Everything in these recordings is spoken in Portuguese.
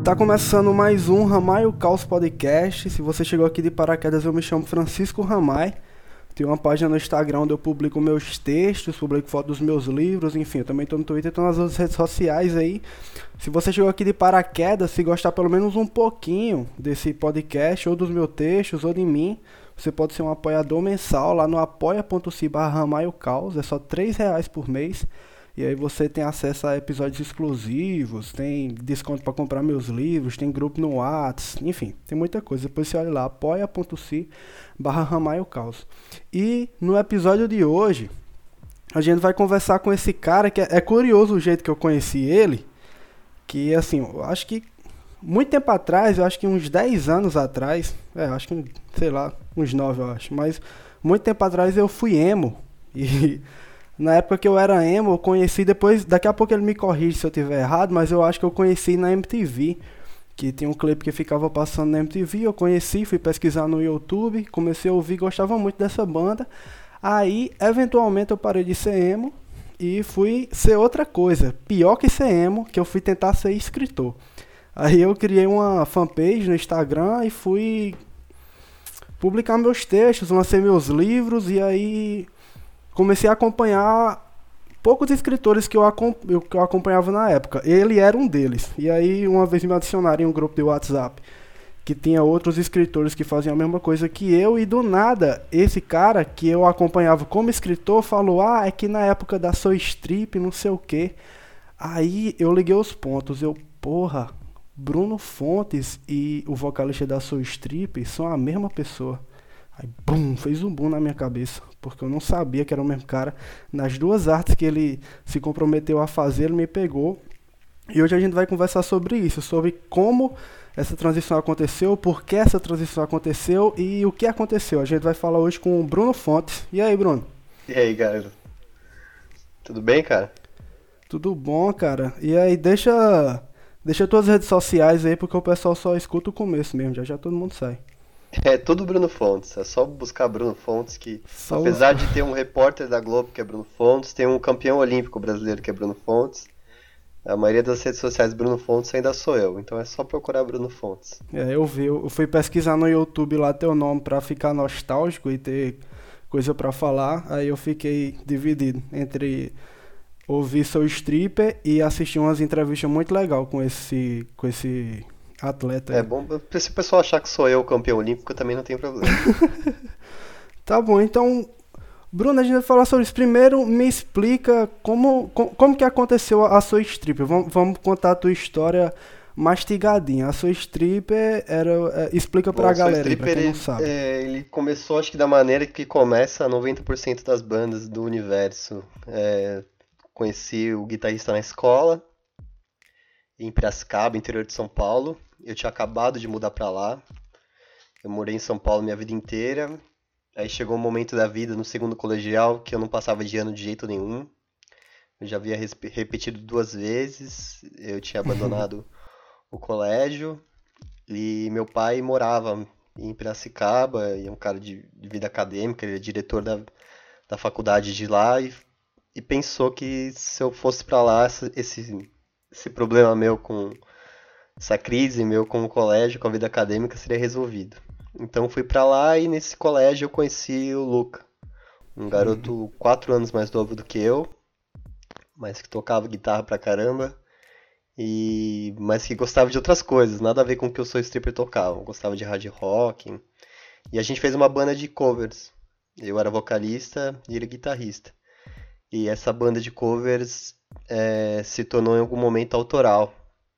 Tá começando mais um Ramai o Caos Podcast. Se você chegou aqui de paraquedas, eu me chamo Francisco Ramai. Tenho uma página no Instagram onde eu publico meus textos, publico fotos dos meus livros, enfim, eu também tô no Twitter e tô nas outras redes sociais aí. Se você chegou aqui de paraquedas, se gostar pelo menos um pouquinho desse podcast, ou dos meus textos, ou de mim, você pode ser um apoiador mensal lá no apoia.se/ramaiucaos, é só R$ 3 por mês. E aí você tem acesso a episódios exclusivos, tem desconto para comprar meus livros, tem grupo no WhatsApp, enfim, tem muita coisa. Depois você olha lá, apoia.se/ramaiucaos. E no episódio de hoje, a gente vai conversar com esse cara que é curioso o jeito que eu conheci ele, que assim, eu acho que muito tempo atrás, eu acho que uns 10 anos atrás, acho que, sei lá, uns 9 eu acho, mas muito tempo atrás eu fui emo e... Na época que eu era emo, eu conheci depois, daqui a pouco ele me corrige se eu tiver errado, mas eu acho que eu conheci na MTV, que tinha um clipe que ficava passando na MTV, eu conheci, fui pesquisar no YouTube, comecei a ouvir, gostava muito dessa banda. Aí, eventualmente, eu parei de ser emo e fui ser outra coisa, pior que ser emo, que eu fui tentar ser escritor. Aí eu criei uma fanpage no Instagram e fui publicar meus textos, lancei meus livros e aí... comecei a acompanhar poucos escritores que eu acompanhava na época. Ele era um deles. E aí, uma vez me adicionaram em um grupo de WhatsApp que tinha outros escritores que faziam a mesma coisa que eu. E do nada, esse cara que eu acompanhava como escritor falou: é que na época da Soul Strip, não sei o quê. Aí eu liguei os pontos. Porra, Bruno Fontes e o vocalista da Soul Strip são a mesma pessoa. Aí, bum, fez um boom na minha cabeça, porque eu não sabia que era o mesmo cara. Nas duas artes que ele se comprometeu a fazer, ele me pegou. E hoje a gente vai conversar sobre isso, sobre como essa transição aconteceu, por que essa transição aconteceu e o que aconteceu. A gente vai falar hoje com o Bruno Fontes. E aí, Bruno? E aí, galera? Tudo bem, cara? Tudo bom, cara? E aí, deixa tuas redes sociais aí, porque o pessoal só escuta o começo mesmo, já todo mundo sai. É tudo Bruno Fontes, é só buscar Bruno Fontes que, Só os... apesar de ter um repórter da Globo que é Bruno Fontes, tem um campeão olímpico brasileiro que é Bruno Fontes, a maioria das redes sociais Bruno Fontes ainda sou eu, então é só procurar Bruno Fontes. Eu fui pesquisar no YouTube lá teu nome pra ficar nostálgico e ter coisa pra falar, aí eu fiquei dividido entre ouvir Soul Stripper e assistir umas entrevistas muito legais com esse atleta É aí. bom, se o pessoal achar que sou eu o campeão olímpico, também não tem problema. Tá bom, então, Bruno, a gente vai falar sobre isso. Primeiro, me explica como que aconteceu a Soul Stripper. Vamos contar a tua história mastigadinha. A Soul Stripper explica Bom, pra o Soul galera aí, pra Stripper, quem não sabe. ele começou acho que da maneira que começa 90% das bandas do universo. Conheci o guitarrista na escola, em Piracicaba, interior de São Paulo. Eu tinha acabado de mudar pra lá. Eu morei em São Paulo minha vida inteira. Aí chegou um momento da vida no segundo colegial que eu não passava de ano de jeito nenhum. Eu já havia repetido 2 vezes. Eu tinha abandonado o colégio. E meu pai morava em Piracicaba. E é um cara de vida acadêmica. Ele é diretor da faculdade de lá. E pensou que se eu fosse pra lá, esse problema meu com essa crise meu com o colégio, com a vida acadêmica, seria resolvido. Então fui pra lá e nesse colégio eu conheci o Luca, um garoto 4 anos mais novo do que eu, mas que tocava guitarra pra caramba, mas que gostava de outras coisas, nada a ver com o que o Soul Stripper tocava. Gostava de hard rock. E a gente fez uma banda de covers. Eu era vocalista e ele guitarrista. E essa banda de covers se tornou em algum momento autoral.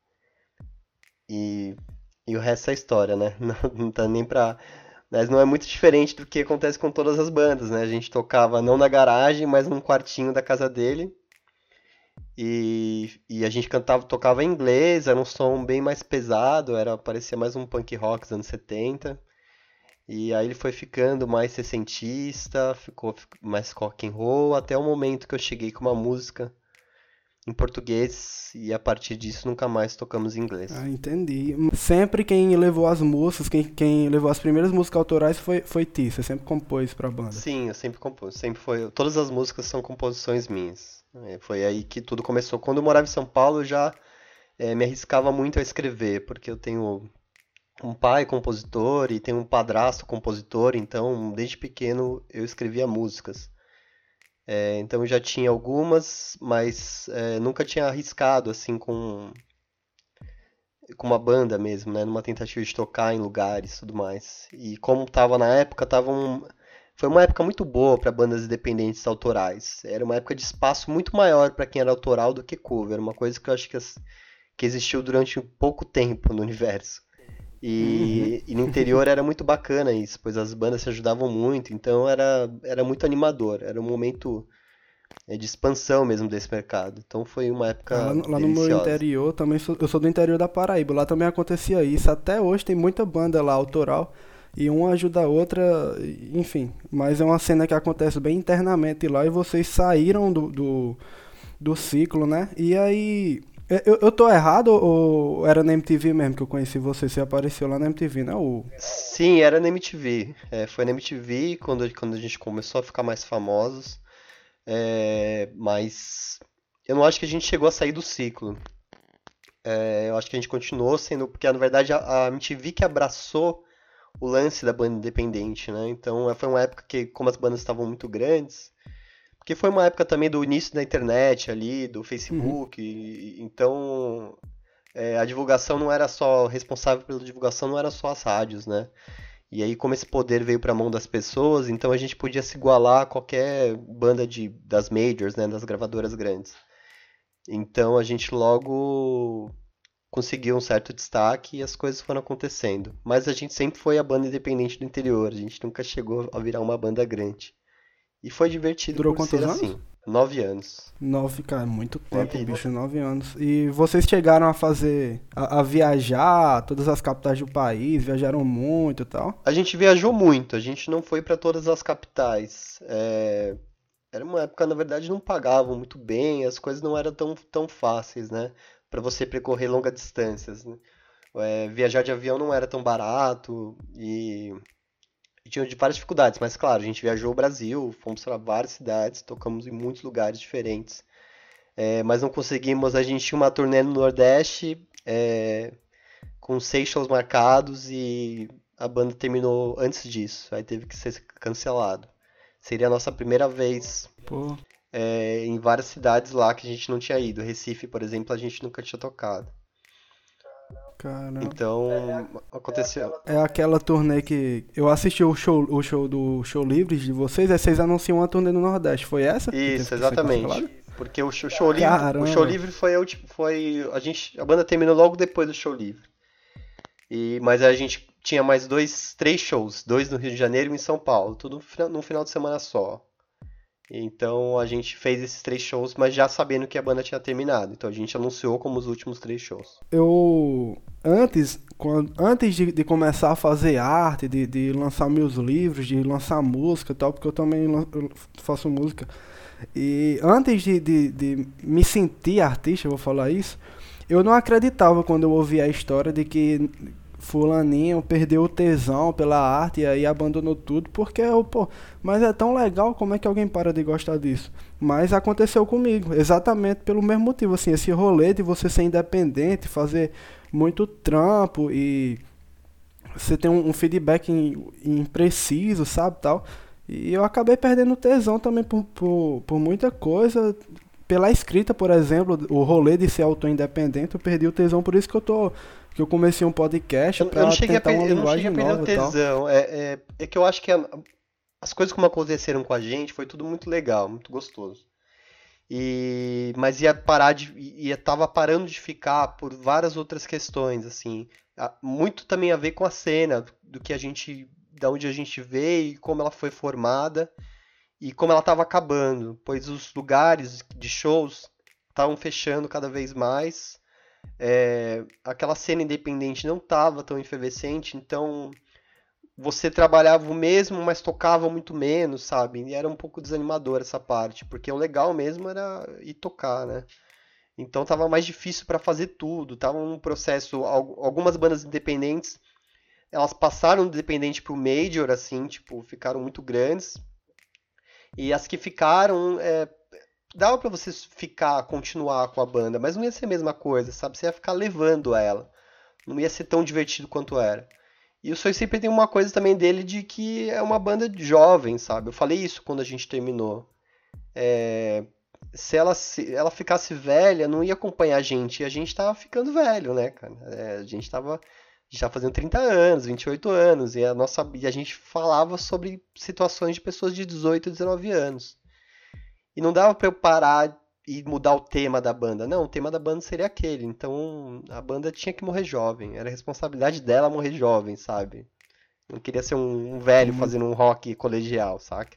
E, e o resto é história, né? Não tá nem pra. Mas não é muito diferente do que acontece com todas as bandas, né? A gente tocava não na garagem, mas num quartinho da casa dele. E a gente tocava em inglês, era um som bem mais pesado, parecia mais um punk rock dos anos 70. E aí ele foi ficando mais sessentista, ficou mais rock and roll, até o momento que eu cheguei com uma música em português e a partir disso nunca mais tocamos em inglês. Ah, entendi. Sempre quem levou as músicas, quem levou as primeiras músicas autorais foi Ti. Você sempre compôs pra banda. Sim, eu sempre compus, sempre foi. Todas as músicas são composições minhas. Foi aí que tudo começou. Quando eu morava em São Paulo, me arriscava muito a escrever, porque eu tenho um pai compositor e tenho um padrasto compositor, então desde pequeno eu escrevia músicas. Então eu já tinha algumas, mas nunca tinha arriscado assim com uma banda mesmo, né? Numa tentativa de tocar em lugares e tudo mais. E como tava na época, foi uma época muito boa para bandas independentes autorais. Era uma época de espaço muito maior para quem era autoral do que cover, uma coisa que eu acho que existiu durante pouco tempo no universo. Uhum. E no interior era muito bacana isso, pois as bandas se ajudavam muito, então era muito animador, era um momento de expansão mesmo desse mercado. Então foi uma época Lá no meu deliciosa. interior, também eu sou do interior da Paraíba, lá também acontecia isso. Até hoje tem muita banda lá autoral e uma ajuda a outra, enfim. Mas é uma cena que acontece bem internamente lá e vocês saíram do ciclo, né? E aí. Eu tô errado ou era na MTV mesmo que eu conheci você? Você apareceu lá na MTV, né? Sim, era na MTV. Foi na MTV quando a gente começou a ficar mais famosos. Mas eu não acho que a gente chegou a sair do ciclo. Eu acho que a gente continuou sendo, porque na verdade a MTV que abraçou o lance da banda independente, né? Então foi uma época que, como as bandas estavam muito grandes, porque foi uma época também do início da internet ali, do Uhum. Facebook, então a divulgação não era só, responsável pela divulgação não era só as rádios, né? E aí, como esse poder veio para a mão das pessoas, então a gente podia se igualar a qualquer banda das majors, né, das gravadoras grandes. Então a gente logo conseguiu um certo destaque e as coisas foram acontecendo. Mas a gente sempre foi a banda independente do interior, a gente nunca chegou a virar uma banda grande. E foi divertido Durou por ser quantos anos? assim. 9 anos. 9, cara, muito Uma tempo, vida. bicho, 9 anos. E vocês chegaram a fazer, a viajar todas as capitais do país, viajaram muito e tal? A gente viajou muito, a gente não foi para todas as capitais. Era uma época, na verdade, não pagavam muito bem, as coisas não eram tão fáceis, né? Para você percorrer longas distâncias, né? Viajar de avião não era tão barato e tinha de várias dificuldades, mas claro, a gente viajou o Brasil, fomos para várias cidades, tocamos em muitos lugares diferentes. Mas não conseguimos, a gente tinha uma turnê no Nordeste, com 6 shows marcados e a banda terminou antes disso, aí teve que ser cancelado. Seria a nossa primeira vez Pô, em várias cidades lá que a gente não tinha ido. Recife, por exemplo, a gente nunca tinha tocado. caramba. Então, aconteceu. É aquela turnê que eu assisti o show do Show Livres de vocês, aí vocês anunciam uma turnê no Nordeste. Foi essa que teve Isso, que ser exatamente. cancelada? Porque o show Caramba. livre a banda terminou logo depois do show livre. Mas a gente tinha mais três shows, dois no Rio de Janeiro e um em São Paulo, tudo num final de semana só. Então a gente fez esses 3 shows, mas já sabendo que a banda tinha terminado. Então a gente anunciou como os últimos 3 shows. Eu antes de começar a fazer arte, de lançar meus livros, de lançar música e tal, porque eu também eu faço música. E antes de me sentir artista, eu vou falar isso, eu não acreditava quando eu ouvi a história de que fulaninho perdeu o tesão pela arte e aí abandonou tudo, porque pô, mas é tão legal, como é que alguém para de gostar disso? Mas aconteceu comigo, exatamente pelo mesmo motivo, assim, esse rolê de você ser independente, fazer muito trampo e você tem um feedback impreciso, sabe, tal. E eu acabei perdendo tesão também por muita coisa. Pela escrita, por exemplo, o rolê de ser autor independente, eu perdi o tesão, por isso que eu comecei um podcast Eu não pra cheguei tentar uma eu não cheguei a linguagem perder o nova e tal. tesão. É que eu acho que as coisas como aconteceram com a gente foi tudo muito legal, muito gostoso. Mas tava parando de ficar por várias outras questões, assim. Muito também a ver com a cena, da onde a gente veio e como ela foi formada e como ela estava acabando, pois os lugares de shows estavam fechando cada vez mais. Aquela cena independente não estava tão efervescente, então você trabalhava o mesmo, mas tocava muito menos, sabe? E era um pouco desanimador essa parte, porque o legal mesmo era ir tocar, né? Então tava mais difícil para fazer tudo, tava um processo, algumas bandas independentes, elas passaram do independente pro major assim, tipo, ficaram muito grandes. E as que ficaram dava pra você continuar com a banda, mas não ia ser a mesma coisa, sabe? Você ia ficar levando ela. Não ia ser tão divertido quanto era. E o Soy sempre tem uma coisa também dele de que é uma banda de jovem, sabe? Eu falei isso quando a gente terminou. Se ela ficasse velha, não ia acompanhar a gente. E a gente tava ficando velho, né, cara? A gente tava fazendo 30 anos, 28 anos. E a gente falava sobre situações de pessoas de 18, 19 anos. E não dava pra eu parar e mudar o tema da banda. Não, o tema da banda seria aquele. Então a banda tinha que morrer jovem. Era responsabilidade dela morrer jovem, sabe? Não queria ser um velho Muito, fazendo um rock colegial, saca?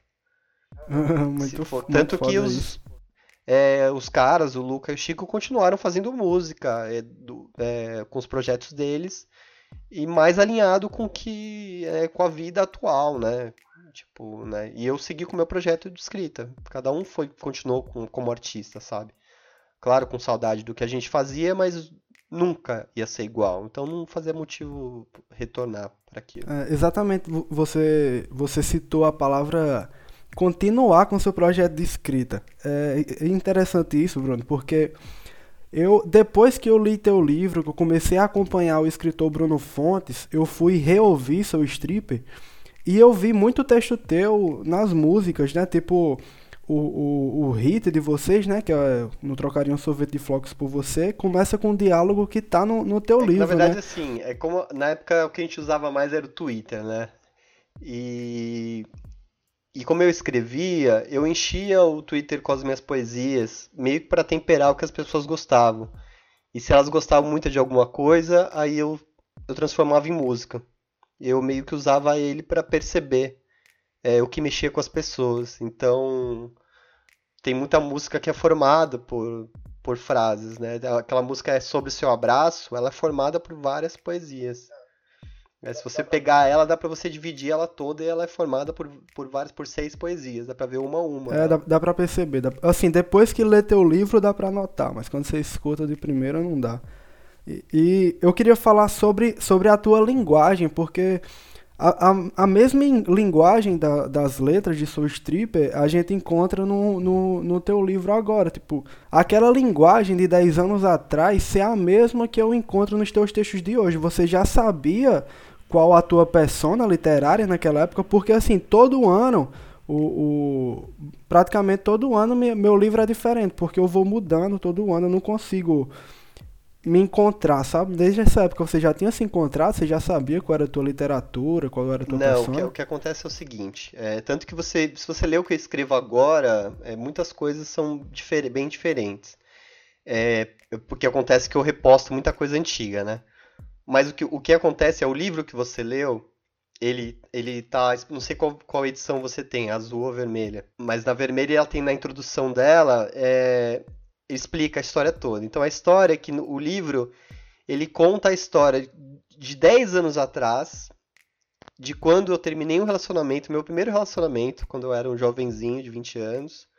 Se muito, for, muito tanto que foda os, isso. os caras, o Luca e o Chico, continuaram fazendo música com os projetos deles e mais alinhado com a vida atual, né? Tipo, né? E eu segui com o meu projeto de escrita. Cada um continuou como artista, sabe? Claro, com saudade do que a gente fazia, mas nunca ia ser igual. Então não fazia motivo retornar para aquilo. Exatamente, você citou a palavra continuar com seu projeto de escrita. É interessante isso, Bruno, porque depois que eu li teu livro, que eu comecei a acompanhar o escritor Bruno Fontes, eu fui reouvir seu stripper e eu vi muito texto teu nas músicas, né? Tipo, o hit de vocês, né? Que é No Trocaria um Sorvete de Flocos por Você, começa com um diálogo que tá no teu É que na livro, verdade, né? assim, é como na época o que a gente usava mais era o Twitter, né? E, e como eu escrevia, eu enchia o Twitter com as minhas poesias, meio que para temperar o que as pessoas gostavam. E se elas gostavam muito de alguma coisa, aí eu transformava em música. Eu meio que usava ele para perceber o que mexia com as pessoas. Então, tem muita música que é formada por frases, né? Aquela música é Sobre o Seu Abraço, ela é formada por várias poesias. Se você pegar ela, dá pra você dividir ela toda e ela é formada por 6 poesias. Dá pra ver uma a uma Dá, ela. dá pra perceber. Assim, depois que lê teu livro dá pra anotar, mas quando você escuta de primeira não dá. E eu queria falar sobre a tua linguagem, porque a mesma linguagem das letras de Soul Stripper a gente encontra no teu livro agora. Tipo, aquela linguagem de 10 anos atrás ser a mesma que eu encontro nos teus textos de hoje. Você já sabia qual a tua persona literária naquela época? Porque, assim, todo ano, praticamente todo ano, meu livro é diferente, porque eu vou mudando todo ano, eu não consigo me encontrar, sabe? Desde essa época você já tinha se encontrado, você já sabia qual era a tua literatura, qual era a tua Não, o que, persona? o que acontece é o seguinte, tanto que se você ler o que eu escrevo agora, muitas coisas são bem diferentes. Porque acontece que eu reposto muita coisa antiga, né? Mas o que acontece é o livro que você leu, ele tá. Não sei qual edição você tem, azul ou vermelha. Mas na vermelha ela tem na introdução dela, explica a história toda. Então a história é que o livro, ele conta a história de 10 anos atrás, de quando eu terminei um relacionamento, meu primeiro relacionamento, quando eu era um jovenzinho de 20 anos,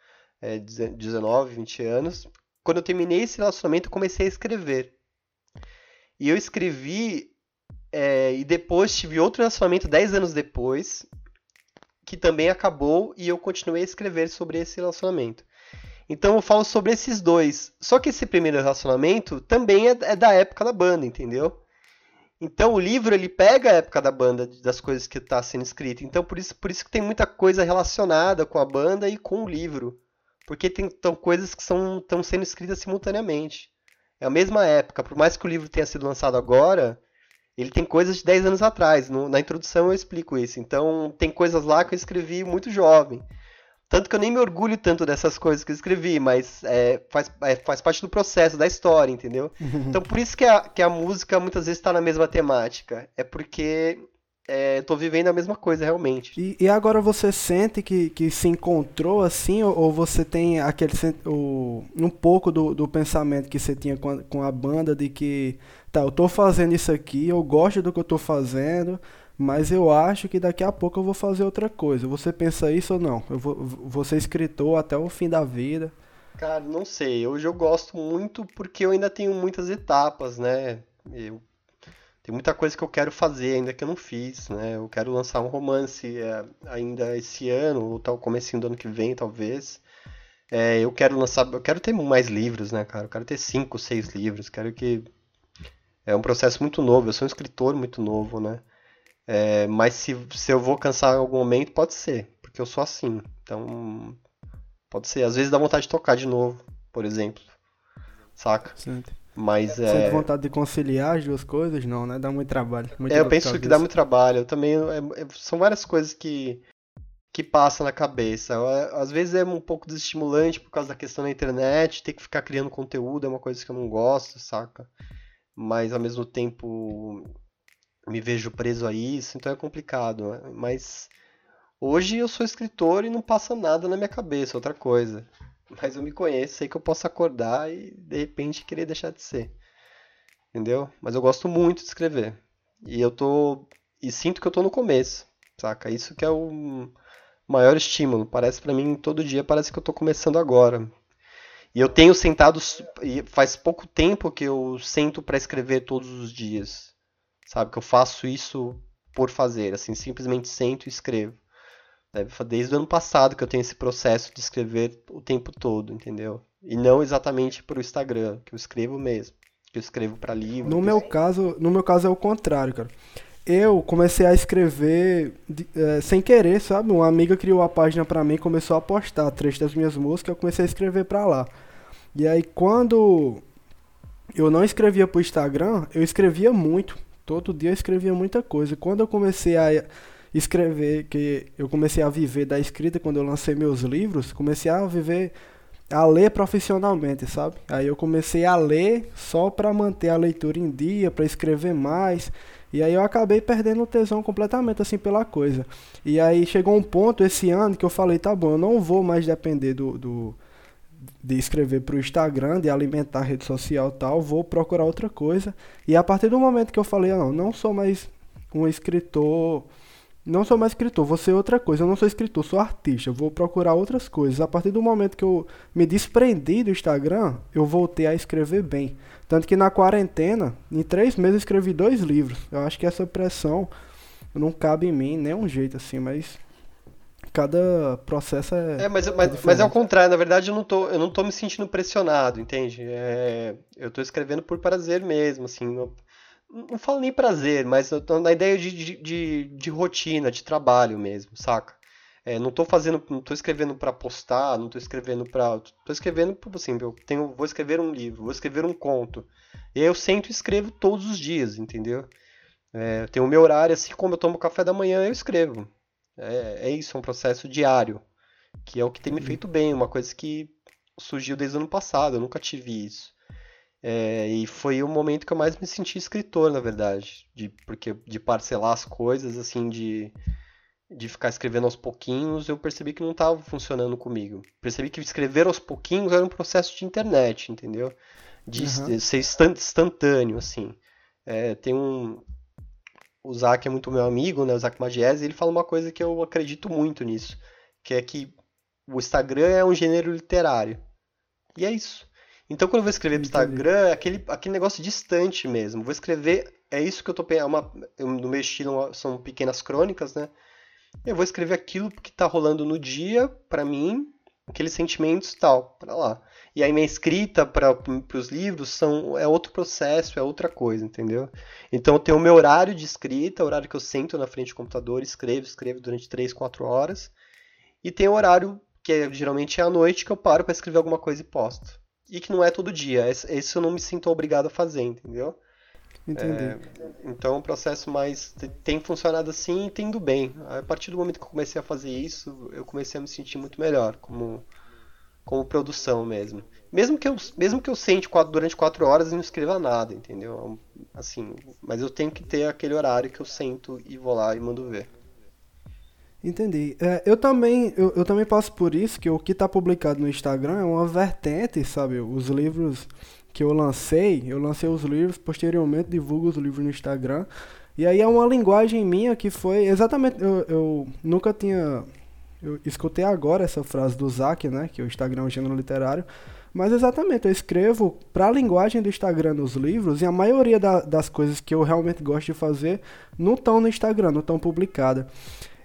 19, 20 anos. Quando eu terminei esse relacionamento, eu comecei a escrever. E eu escrevi, e depois tive outro relacionamento 10 anos depois, que também acabou, e eu continuei a escrever sobre esse relacionamento. Então eu falo sobre esses dois. Só que esse primeiro relacionamento também é da época da banda, entendeu? Então o livro ele pega a época da banda, das coisas que está sendo escrito. Então por isso que tem muita coisa relacionada com a banda e com o livro. Porque tem coisas que estão sendo escritas simultaneamente. É a mesma época, por mais que o livro tenha sido lançado agora, ele tem coisas de 10 anos atrás. Na introdução eu explico isso. Então tem coisas lá que eu escrevi muito jovem. Tanto que eu nem me orgulho tanto dessas coisas que eu escrevi, mas faz parte do processo, da história, entendeu? Então por isso que a música muitas vezes está na mesma temática. É porque tô vivendo a mesma coisa realmente. E agora você sente que se encontrou assim, ou você tem um pouco do pensamento que você tinha com a banda de que, tá, eu tô fazendo isso aqui, eu gosto do que eu tô fazendo, mas eu acho que daqui a pouco eu vou fazer outra coisa. Você pensa isso ou não? Vou ser escritor até o fim da vida. Cara, não sei. Hoje eu gosto muito porque eu ainda tenho muitas etapas, né? Tem muita coisa que eu quero fazer ainda que eu não fiz, né? Eu quero lançar um romance ainda esse ano, ou tal, comecinho do ano que vem, talvez. Eu quero lançar, eu quero ter mais livros, né, cara? Eu quero ter 5, 6 livros. Quero que é um processo muito novo. Eu sou um escritor muito novo, né? Mas se eu vou cansar em algum momento, pode ser, porque eu sou assim. Então, pode ser. Às vezes dá vontade de tocar de novo, por exemplo, saca? Sente, Mas sente vontade de conciliar as duas coisas? Não, né? Dá muito trabalho, muita eu dor de penso que dá cabeça. muito trabalho. Eu também, são várias coisas que passam na cabeça. Às vezes é um pouco desestimulante por causa da questão da internet, ter que ficar criando conteúdo é uma coisa que eu não gosto, saca? Mas ao mesmo tempo me vejo preso a isso, então é complicado, né? Mas hoje eu sou escritor e não passa nada na minha cabeça, outra coisa. Mas eu me conheço, sei que eu posso acordar e de repente querer deixar de ser, entendeu? Mas eu gosto muito de escrever. E eu tô e sinto que eu tô no começo, saca? Isso que é o maior estímulo. Parece pra mim todo dia parece que eu tô começando agora. E eu tenho sentado e faz pouco tempo que eu sento pra escrever todos os dias, sabe? Que eu faço isso por fazer, assim, simplesmente sento e escrevo. Desde o ano passado que eu tenho esse processo de escrever o tempo todo, entendeu? E não exatamente para o Instagram, que eu escrevo mesmo, que eu escrevo para livro, No meu caso, no meu caso é o contrário, cara. Eu comecei a escrever sem querer, sabe? Uma amiga criou a página pra mim, começou a postar trechos das minhas músicas, eu comecei a escrever pra lá. E aí quando eu não escrevia pro Instagram, eu escrevia muito. Todo dia eu escrevia muita coisa. E quando eu comecei a escrever, que eu comecei a viver da escrita, quando eu lancei meus livros, comecei a viver, a ler profissionalmente, sabe? Aí eu comecei a ler só pra manter a leitura em dia, pra escrever mais. E aí eu acabei perdendo o tesão completamente assim pela coisa. E aí chegou um ponto esse ano que eu falei, tá bom, eu não vou mais depender de escrever para o Instagram, de alimentar a rede social e tal, vou procurar outra coisa. E a partir do momento que eu falei, não, não sou mais um escritor, não sou mais escritor, vou ser outra coisa. Eu não sou escritor, sou artista, vou procurar outras coisas. A partir do momento que eu me desprendi do Instagram, eu voltei a escrever bem. Tanto que na quarentena, em 3 meses eu escrevi 2 livros. Eu acho que essa pressão não cabe em mim, nem um jeito assim, mas cada processo é Mas é ao diferente. contrário, na verdade eu não tô me sentindo pressionado, entende? Eu tô escrevendo por prazer mesmo, assim, não falo nem prazer, mas eu tô na ideia de rotina, de trabalho mesmo, saca? Não tô fazendo, não tô escrevendo pra postar, não tô escrevendo pra. Tô escrevendo, assim, vou escrever um livro, vou escrever um conto. E aí eu sento e escrevo todos os dias, entendeu? Eu tenho o meu horário, assim como eu tomo café da manhã, eu escrevo. É isso, é um processo diário, que é o que tem me Entendi. feito bem, uma coisa que surgiu desde o ano passado, eu nunca tive isso. E foi o momento que eu mais me senti escritor, na verdade, porque de parcelar as coisas, assim, de ficar escrevendo aos pouquinhos, eu percebi que não estava funcionando comigo. Percebi que escrever aos pouquinhos era um processo de internet, entendeu? Aham. De ser instantâneo, assim. Tem o Zach é muito meu amigo, né, o Zach Magiese, e ele fala uma coisa que eu acredito muito nisso, que é que o Instagram é um gênero literário. E é isso. Então, quando eu vou escrever pro Entendi. Instagram, é aquele negócio distante mesmo. Vou escrever, é isso que eu tô pensando. No meu estilo são pequenas crônicas, né? Eu vou escrever aquilo que tá rolando no dia, pra mim, aqueles sentimentos e tal, pra lá. E aí minha escrita para os livros é outro processo, é outra coisa, entendeu? Então eu tenho o meu horário de escrita, o horário que eu sento na frente do computador, escrevo durante 3, 4 horas. E tem o horário que geralmente é à noite que eu paro para escrever alguma coisa e posto. E que não é todo dia, esse eu não me sinto obrigado a fazer, entendeu? Entendi. Então o processo mais tem funcionado assim e tem indo bem. A partir do momento que eu comecei a fazer isso, eu comecei a me sentir muito melhor, como produção mesmo. Mesmo que eu sente durante 4 horas e não escreva nada, entendeu? Assim, mas eu tenho que ter aquele horário que eu sento e vou lá e mando ver. Entendi. Eu também passo por isso, que o que está publicado no Instagram é uma vertente, sabe? Os livros que eu lancei os livros, posteriormente divulgo os livros no Instagram. E aí é uma linguagem minha que foi exatamente. Eu nunca tinha. Eu escutei agora essa frase do Zac, né? Que o Instagram é um gênero literário. Mas exatamente, eu escrevo para a linguagem do Instagram nos livros, e a maioria das coisas que eu realmente gosto de fazer não estão no Instagram, não estão publicadas.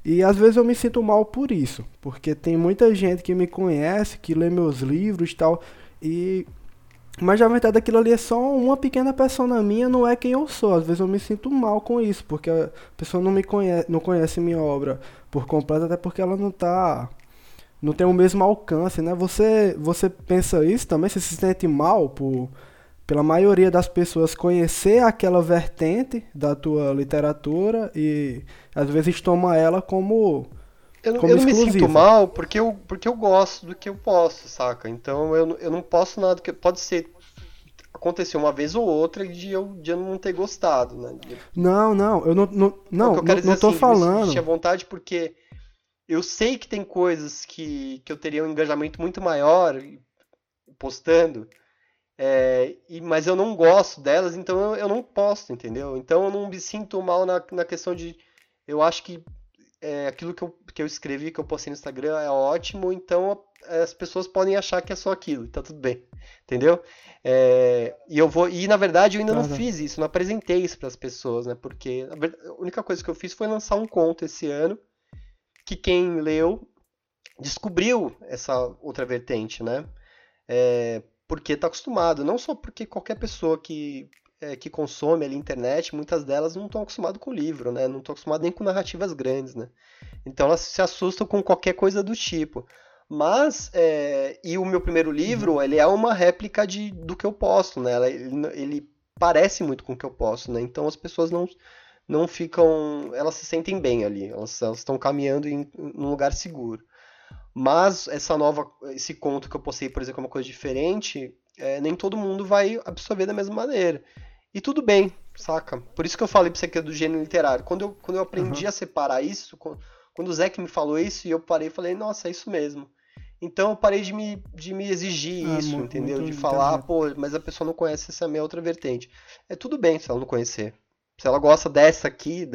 E às vezes eu me sinto mal por isso, porque tem muita gente que me conhece, que lê meus livros e tal, e mas na verdade aquilo ali é só uma pequena persona minha, não é quem eu sou. Às vezes eu me sinto mal com isso, porque a pessoa não me conhece, não conhece minha obra por completo, até porque ela não tem o mesmo alcance, né? Você pensa isso também? Você se sente mal pela maioria das pessoas conhecer aquela vertente da tua literatura e às vezes toma ela como Eu não me sinto exclusiva? mal porque eu gosto do que eu posso, saca? Então eu não posso nada que pode ser acontecer uma vez ou outra de eu não ter gostado, né? Não, não, eu Não, o que eu quero dizer não tô assim, de me sentir à falando. vontade porque eu sei que tem coisas que eu teria um engajamento muito maior postando, mas eu não gosto delas, então eu não posto, entendeu? Então eu não me sinto mal na questão de. Eu acho que aquilo que eu escrevi, que eu postei no Instagram é ótimo, então as pessoas podem achar que é só aquilo, tá tudo bem, entendeu? E na verdade eu ainda não Tá, tá. fiz isso, não apresentei isso para as pessoas, né? Porque a única coisa que eu fiz foi lançar um conto esse ano, que quem leu descobriu essa outra vertente, né? Porque está acostumado, não só porque qualquer pessoa que consome ali internet, muitas delas não estão acostumadas com livro, né? Não estão acostumadas nem com narrativas grandes, né? Então elas se assustam com qualquer coisa do tipo. E o meu primeiro Uhum. livro, ele é uma réplica do que eu posto, né? Ele parece muito com o que eu posto, né? Então as pessoas não ficam, elas se sentem bem ali, elas estão caminhando em um lugar seguro. Mas esse conto que eu postei, por exemplo, é uma coisa diferente, nem todo mundo vai absorver da mesma maneira. E tudo bem, saca? Por isso que eu falei pra você que é do gênero literário. Quando eu aprendi Aham. a separar isso, quando o Zé que me falou isso, e eu parei e falei, nossa, é isso mesmo. Então eu parei de me exigir É isso, entendeu? muito De falar, inteligente. pô, mas a pessoa não conhece essa minha outra vertente. É tudo bem se ela não conhecer. Se ela gosta dessa aqui,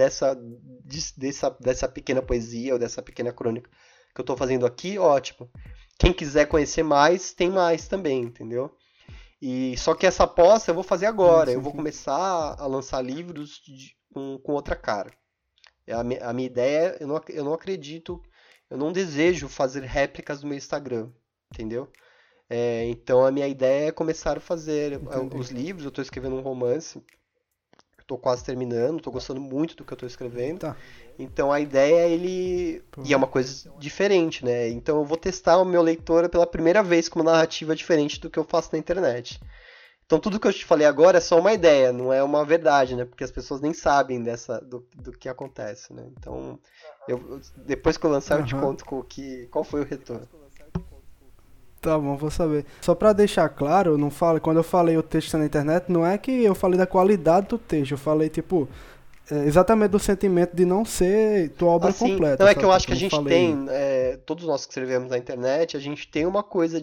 dessa pequena poesia ou dessa pequena crônica que eu tô fazendo aqui, ótimo. Quem quiser conhecer mais, tem mais também, entendeu? E só que essa aposta eu vou fazer Sim, agora. Eu sim, vou sim. começar a lançar livros com outra cara. A minha ideia, eu não acredito, eu não desejo fazer réplicas do meu Instagram, entendeu? Então a minha ideia é começar a fazer Entendi. os livros. Eu estou escrevendo um romance, estou quase terminando, estou gostando muito do que eu estou escrevendo. Tá. Então a ideia é ele. Pô. E é uma coisa diferente, né? Então eu vou testar o meu leitor pela primeira vez com uma narrativa diferente do que eu faço na internet. Então tudo que eu te falei agora é só uma ideia, não é uma verdade, né? Porque as pessoas nem sabem do que acontece, né? Então, depois que eu lançar, eu te Aham. conto qual foi o retorno. Tá bom, vou saber. Só pra deixar claro, eu não falo, quando eu falei o texto na internet, não é que eu falei da qualidade do texto, eu falei, tipo, exatamente do sentimento de não ser tua obra Assim, não completa, é que sabe? eu acho Tipo, que eu a não gente falei. tem, todos nós que escrevemos na internet, a gente tem uma coisa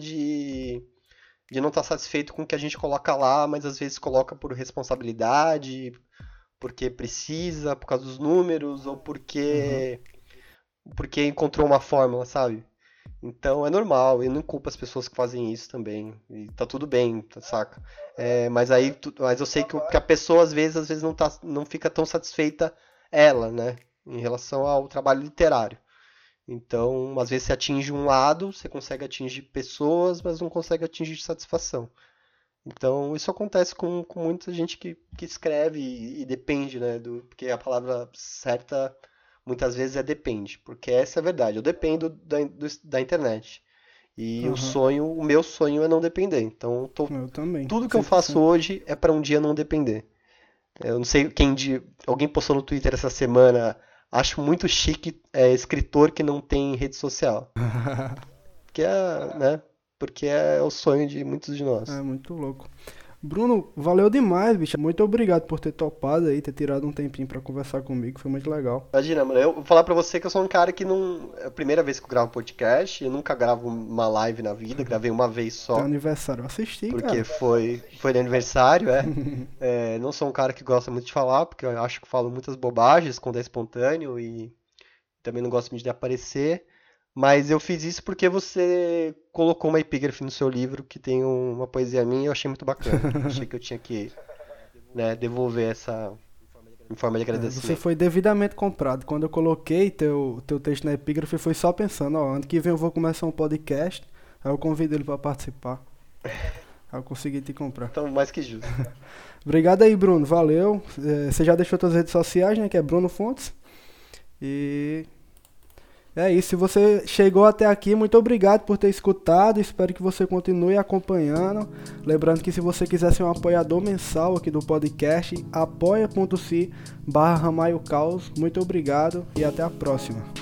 de não estar satisfeito com o que a gente coloca lá, mas às vezes coloca por responsabilidade, porque precisa, por causa dos números, ou Aham. porque encontrou uma fórmula, sabe? Então é normal, eu não culpo as pessoas que fazem isso também. E tá tudo bem, saca? Mas eu sei que a pessoa às vezes não fica tão satisfeita ela, né? Em relação ao trabalho literário. Então, às vezes você atinge um lado, você consegue atingir pessoas, mas não consegue atingir satisfação. Então, isso acontece com muita gente que escreve e depende, né? Porque a palavra certa muitas vezes é depende, porque essa é a verdade. Eu dependo da internet. E Aham. o meu sonho é não depender. Então, Eu também, tudo que eu faço 100%. hoje é para um dia não depender. Eu não sei alguém postou no Twitter essa semana, acho muito chique escritor que não tem rede social. Que é, né? Porque é o sonho de muitos de É nós. muito louco. Bruno, valeu demais, bicho. Muito obrigado por ter topado aí, ter tirado um tempinho pra conversar comigo, foi muito legal. Imagina, mano, eu vou falar pra você que eu sou um cara que não. É a primeira vez que eu gravo podcast, eu nunca gravo uma live na vida, gravei uma vez Teu só, aniversário, eu assisti, porque cara. foi de aniversário, é. Não sou um cara que gosta muito de falar, porque eu acho que falo muitas bobagens quando é espontâneo e também não gosto muito de aparecer. Mas eu fiz isso porque você colocou uma epígrafe no seu livro que tem uma poesia minha e eu achei muito bacana. Achei que eu tinha que, né, devolver em forma de Você agradecimento. foi devidamente comprado. Quando eu coloquei teu texto na epígrafe, foi só pensando, ó, ano que vem eu vou começar um podcast, aí eu convido ele para participar. Aí eu consegui te comprar. Então, mais que justo. Obrigado aí, Bruno. Valeu. Você já deixou suas redes sociais, né? Que é Bruno Fontes. E é isso. Se você chegou até aqui, muito obrigado por ter escutado. Espero que você continue acompanhando. Lembrando que se você quiser ser um apoiador mensal aqui do podcast, apoia.se/RamalhoCaos. Muito obrigado e até a próxima.